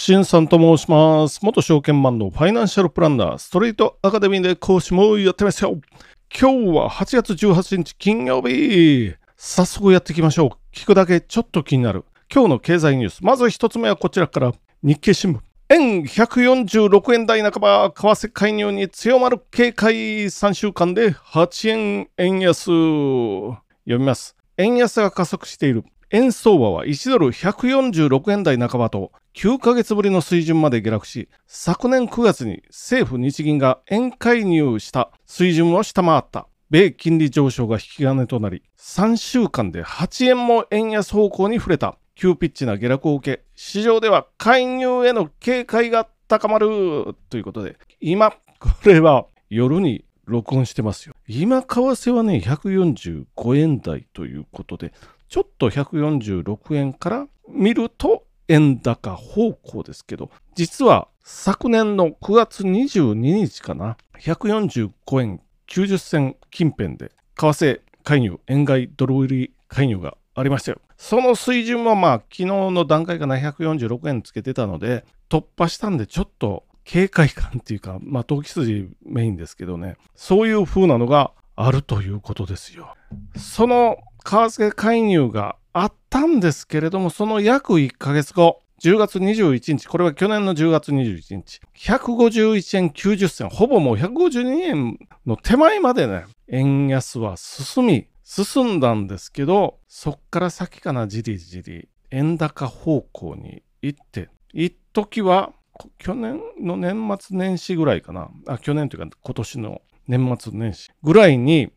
しんさんと申します。元証券マンのファイナンシャルプランナー、ストリートアカデミーで講師もやってますよ。今日は8月18日金曜日。早速やっていきましょう。聞くだけちょっと気になる今日の経済ニュース。まず一つ目はこちらから。日経新聞。円146円台半ば、為替介入に強まる警戒。3週間で8円円安。読みます。円安が加速している。円相場は1ドル146円台半ばと9ヶ月ぶりの水準まで下落し、昨年9月に政府日銀が円介入した水準を下回った。米金利上昇が引き金となり、3週間で8円も円安方向に触れた。急ピッチな下落を受け、市場では介入への警戒が高まるということで、今、これは夜に録音してますよ。今、為替はね、145円台ということで、ちょっと146円から見ると円高方向ですけど、実は昨年の9月22日かな、145円90銭近辺で為替介入、円買いドル売り介入がありましたよ。その水準は昨日の段階が146円つけてたので突破したんで、ちょっと警戒感っていうか、投機筋メインですけどね、そういう風なのがあるということですよ。その為替介入があったんですけれども、その約1ヶ月後、10月21日、これは去年の10月21日、151円90銭、ほぼもう152円の手前までね、円安は進んだんですけど、そっから先かな、じりじり円高方向に行って、一時は去年の年末年始ぐらいかな、去年というか今年の年末年始ぐらいに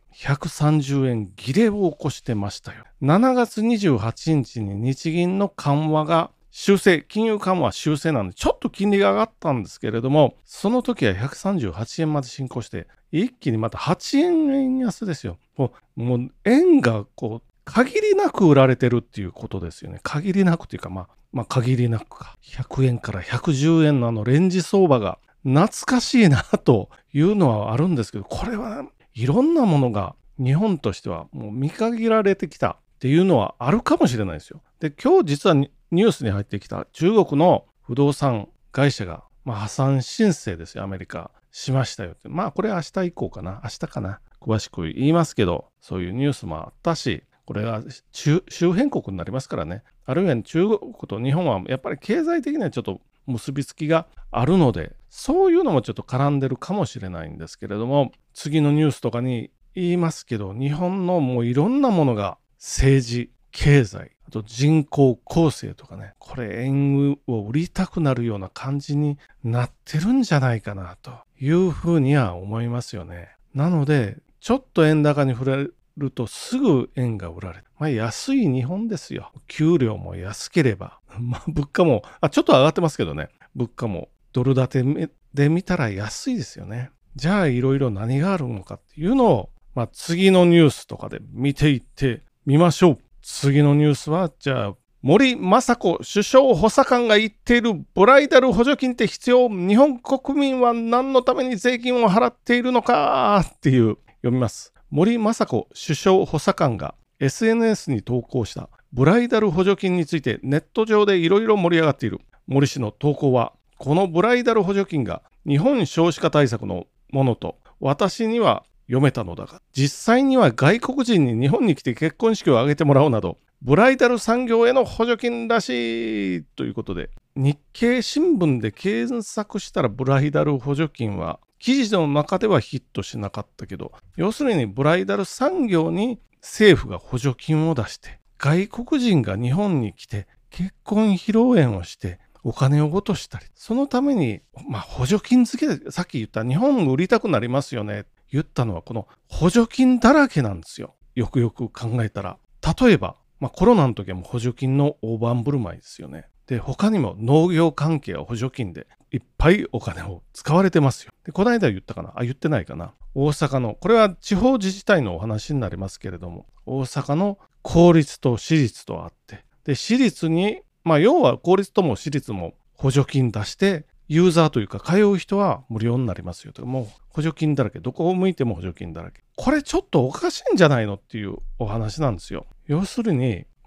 130円切れを起こしてましたよ。7月28日に日銀の緩和が修正、金融緩和修正なんで、ちょっと金利が上がったんですけれども、その時は138円まで進行して、一気にまた8円円安ですよ。もう円が限りなく売られてるっていうことですよね。限りなくというか、限りなくか。100円から110円のレンジ相場が懐かしいなというのはあるんですけど、これはいろんなものが日本としてはもう見限られてきたっていうのはあるかもしれないですよ。で、今日実はニュースに入ってきた中国の不動産会社が破産申請ですよ、アメリカしましたよって。これ明日以降かな、明日かな、詳しく言いますけど、そういうニュースもあったし、これが周辺国になりますからね。あるいは中国と日本はやっぱり経済的にはちょっと結びつきがあるので、そういうのもちょっと絡んでるかもしれないんですけれども、次のニュースとかに言いますけど、日本のもういろんなものが政治、経済、あと人口構成とかね、これ円を売りたくなるような感じになってるんじゃないかなというふうには思いますよね。なので、ちょっと円高に触れるとすぐ円が売られる。安い日本ですよ。給料も安ければ、物価もちょっと上がってますけどね、物価もドル建てで見たら安いですよね。じゃあいろいろ何があるのかっていうのを、次のニュースとかで見ていってみましょう。次のニュースは、じゃあ森雅子首相補佐官が言っているブライダル補助金って必要、日本国民は何のために税金を払っているのかっていう、読みます。森雅子首相補佐官が SNS に投稿したブライダル補助金についてネット上でいろいろ盛り上がっている。森氏の投稿は、このブライダル補助金が日本少子化対策のものと私には読めたのだが、実際には外国人に日本に来て結婚式を挙げてもらうなど、ブライダル産業への補助金らしいということで、日経新聞で検索したらブライダル補助金は記事の中ではヒットしなかったけど、要するにブライダル産業に政府が補助金を出して、外国人が日本に来て結婚披露宴をしてお金を落としたり、そのために補助金付けで、さっき言った日本売りたくなりますよね言ったのは、この補助金だらけなんですよ。よくよく考えたら、例えばコロナの時はもう補助金の大盤振る舞いですよね。で、他にも農業関係は補助金でいっぱいお金を使われてますよ。で、この間言ったかな、言ってないかな。大阪の、これは地方自治体のお話になりますけれども、大阪の公立と私立とあって、で、私立に、要は公立とも私立も補助金出して、ユーザーというか通う人は無料になりますよと。もう補助金だらけ、どこを向いても補助金だらけ。これちょっとおかしいんじゃないのっていうお話なんですよ。要するに、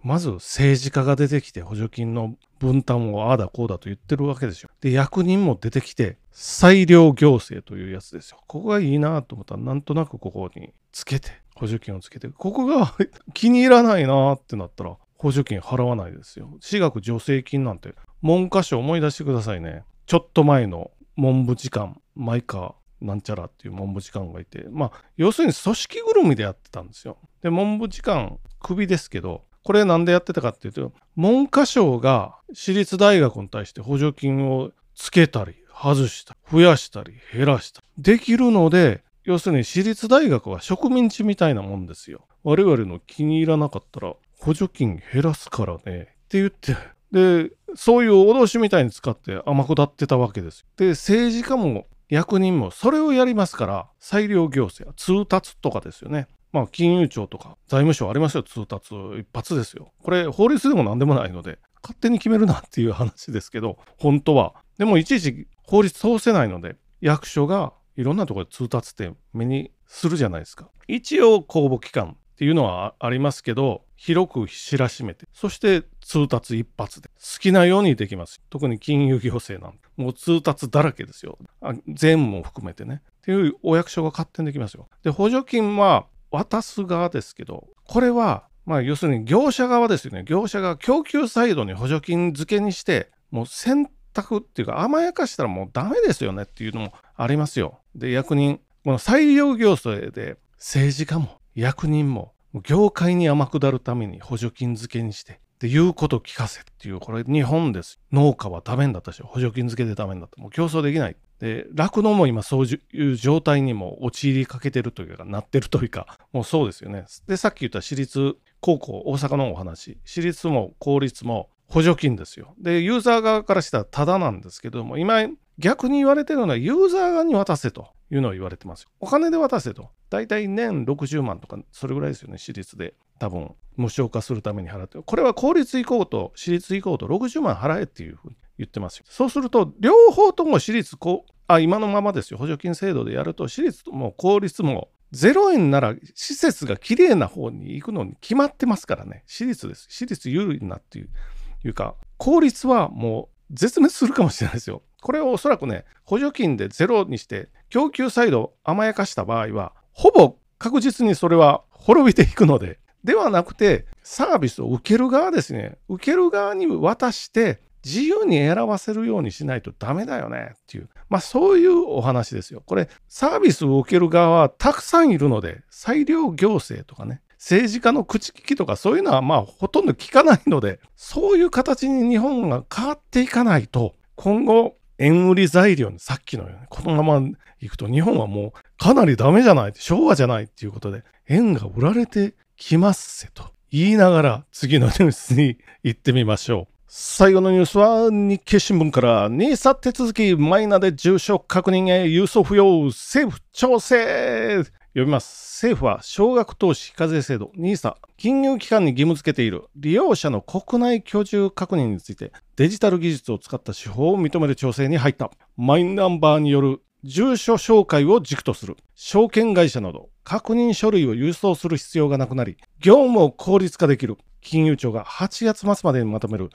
まず政治家が出てきて補助金の分担をああだこうだと言ってるわけですよ。で、役人も出てきて、裁量行政というやつですよ。ここがいいなと思ったら、なんとなくここにつけて、補助金をつけて、ここが気に入らないなってなったら、補助金払わないですよ。私学助成金なんて、文科省思い出してくださいね。ちょっと前の文部次官、前川なんちゃらっていう文部次官がいて、要するに組織ぐるみでやってたんですよ。で、文部次官、クビですけど、これなんでやってたかっていうと、文科省が私立大学に対して補助金をつけたり、外したり、増やしたり、減らしたり、できるので、要するに私立大学は植民地みたいなもんですよ。我々の気に入らなかったら補助金減らすからねって言って、で、そういう脅しみたいに使って天下ってたわけです。で、政治家も役人もそれをやりますから、裁量行政、通達とかですよね。金融庁とか財務省ありますよ、通達一発ですよ。これ法律でも何でもないので、勝手に決めるなっていう話ですけど、本当は。でもいちいち法律通せないので、役所がいろんなところで通達って目にするじゃないですか。一応公募機関っていうのはありますけど、広く知らしめて、そして通達一発で好きなようにできます。特に金融行政なんてもう通達だらけですよ。税務も含めてね。っていうお役所が勝手にできますよ。で、補助金は渡す側ですけど、これは要するに業者側ですよね。業者が供給サイドに補助金付けにして、もう選択っていうか甘やかしたらもうダメですよねっていうのもありますよ。で、役人、この裁量行政で政治家も役人も業界に天下るために補助金付けにして、で、言うこと聞かせっていう、これ日本です。農家はダメになったし、補助金付けでダメになった。もう競争できない。で、酪農も今そういう状態にも陥りかけてるというか、なってるというか、もうそうですよね。で、さっき言った私立高校、大阪のお話、私立も公立も補助金ですよ。で、ユーザー側からしたらタダなんですけども、今逆に言われてるのはユーザー側に渡せというのを言われてますよ。お金で渡せと。だいたい年60万とか、それぐらいですよね、私立で。多分、無償化するために払ってる。これは公立行こうと、私立行こうと60万払えっていうふうに言ってますよ。そうすると、両方とも私立今のままですよ。補助金制度でやると、私立も公立も0円なら施設がきれいな方に行くのに決まってますからね。私立です。私立有利なっていうか、公立はもう絶滅するかもしれないですよ。これをおそらくね、補助金でゼロにして、供給サイドを甘やかした場合は、ほぼ確実にそれは滅びていくので、ではなくて、サービスを受ける側ですね。受ける側に渡して、自由に選ばせるようにしないとダメだよねっていう、そういうお話ですよ。これ、サービスを受ける側はたくさんいるので、裁量行政とかね、政治家の口利きとかそういうのはほとんど聞かないので、そういう形に日本が変わっていかないと、今後、円売り材料にさっきのように、このままいくと日本はもうかなりダメじゃない、昭和じゃないっていうことで、円が売られてきますせと言いながら次のニュースに行ってみましょう。最後のニュースは日経新聞から、NISA 手続きマイナで住所確認へ郵送不要、政府調整。読みます。政府は少額投資非課税制度 NISA 金融機関に義務付けている利用者の国内居住確認についてデジタル技術を使った手法を認める調整に入った。マイナンバーによる住所照会を軸とする証券会社など確認書類を郵送する必要がなくなり、業務を効率化できる。金融庁が8月末までにまとめる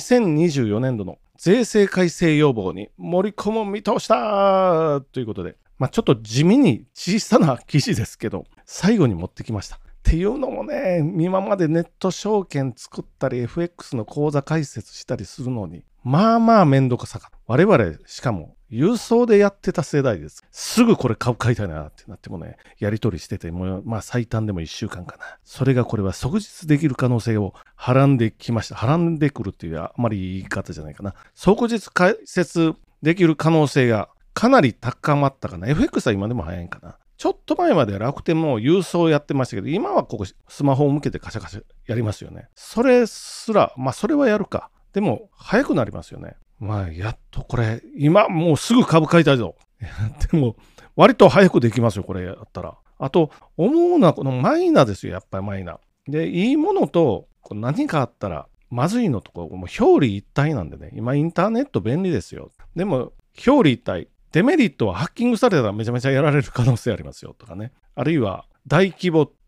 2024年度の税制改正要望に盛り込む見通しだということで、ちょっと地味に小さな記事ですけど、最後に持ってきました。っていうのもね、今までネット証券作ったり FX の口座開設したりするのに、めんどくさかった。我々、しかも郵送でやってた世代です。すぐこれ買いたいなってなってもね、やり取りしてても最短でも1週間かな。それがこれは即日できる可能性をはらんできました。はらんでくるっていうあまり言い方じゃないかな。即日開設できる可能性がかなり高まったかな。FX は今でも早いんかな。ちょっと前まで楽天も郵送やってましたけど、今はここスマホを向けてカシャカシャやりますよね。それすら、それはやるか。でも、早くなりますよね。やっとこれ、今もうすぐ株買いたいぞ。でも、割と早くできますよ、これやったら。あと、思うのはこのマイナですよ、やっぱりマイナ。で、いいものと何かあったらまずいのとか、もう表裏一体なんでね、今インターネット便利ですよ。でも、表裏一体。デメリットはハッキングされたらめちゃめちゃやられる可能性ありますよとかね。あるいは大規模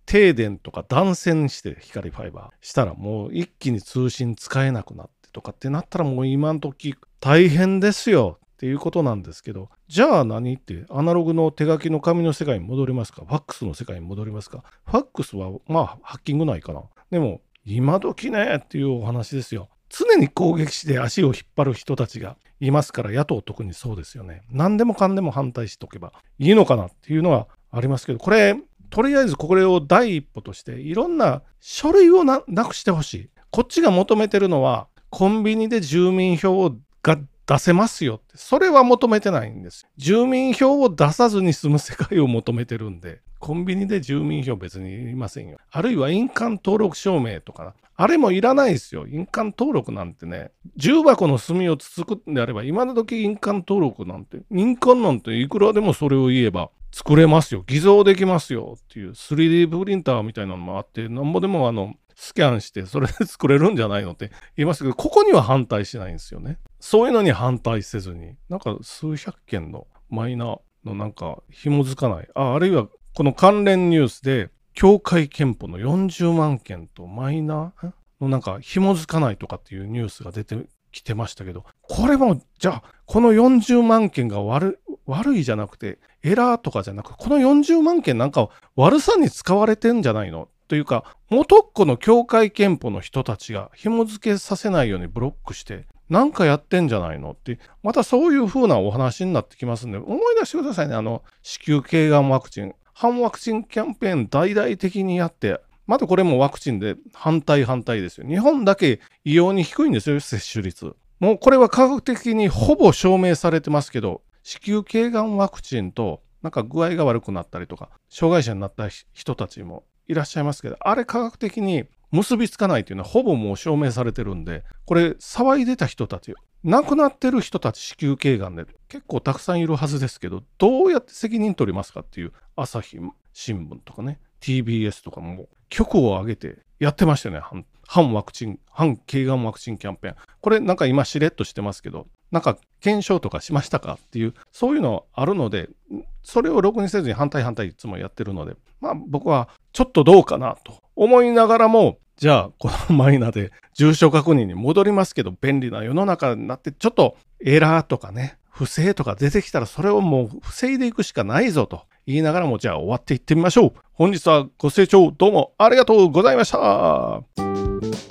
停電とか断線して光ファイバーしたらもう一気に通信使えなくなってとかってなったらもう今の時大変ですよっていうことなんですけど、じゃあ何ってアナログの手書きの紙の世界に戻りますか、ファックスの世界に戻りますか。ファックスはまあハッキングないかな。でも今時ねっていうお話ですよ。常に攻撃して足を引っ張る人たちがいますから、野党特にそうですよね。何でもかんでも反対しとけばいいのかなっていうのはありますけど、これとりあえずこれを第一歩としていろんな書類をなくしてほしい。こっちが求めてるのはコンビニで住民票が出せますよって、それは求めてないんです。住民票を出さずに済む世界を求めてるんで、コンビニで住民票別にいりませんよ。あるいは印鑑登録証明とか、あれもいらないですよ。印鑑登録なんてね、重箱の隅をつつくんであれば、今の時印鑑登録なんて、印鑑なんていくらでもそれを言えば作れますよ。偽造できますよっていう 3D プリンターみたいなのもあって、なんぼでもスキャンしてそれで作れるんじゃないのって言いますけど、ここには反対しないんですよね。そういうのに反対せずに、なんか数百件のマイナのなんか紐づかない。あるいはこの関連ニュースで、教会憲法の40万件とマイナのなんか紐づかないとかっていうニュースが出てきてましたけど、これもじゃあこの40万件が悪いじゃなくてエラーとかじゃなく、この40万件なんか悪さに使われてんじゃないのというか、元っ子の教会憲法の人たちが紐付けさせないようにブロックしてなんかやってんじゃないのって、またそういう風なお話になってきますんで、思い出してくださいね。子宮頸がんワクチン、反ワクチンキャンペーン大々的にやって、またこれもワクチンで反対ですよ。日本だけ異様に低いんですよ、接種率。もうこれは科学的にほぼ証明されてますけど、子宮頸がんワクチンとなんか具合が悪くなったりとか、障害者になった人たちもいらっしゃいますけど、あれ科学的に結びつかないというのはほぼもう証明されてるんで、これ騒いでた人たち、亡くなってる人たち、子宮頸がんで結構たくさんいるはずですけど、どうやって責任取りますかっていう、朝日新聞とかね、TBS とかも局を挙げてやってましたよね。反頸がんワクチンキャンペーン。これなんか今しれっとしてますけど、なんか検証とかしましたかっていう、そういうのあるので、それをろくにせずに反対いつもやってるので、まあ僕はちょっとどうかなと思いながらも、じゃあこのマイナで住所確認に戻りますけど、便利な世の中になって、ちょっとエラーとかね、不正とか出てきたらそれをもう防いでいくしかないぞと言いながらも、じゃあ終わっていってみましょう。本日はご清聴どうもありがとうございました。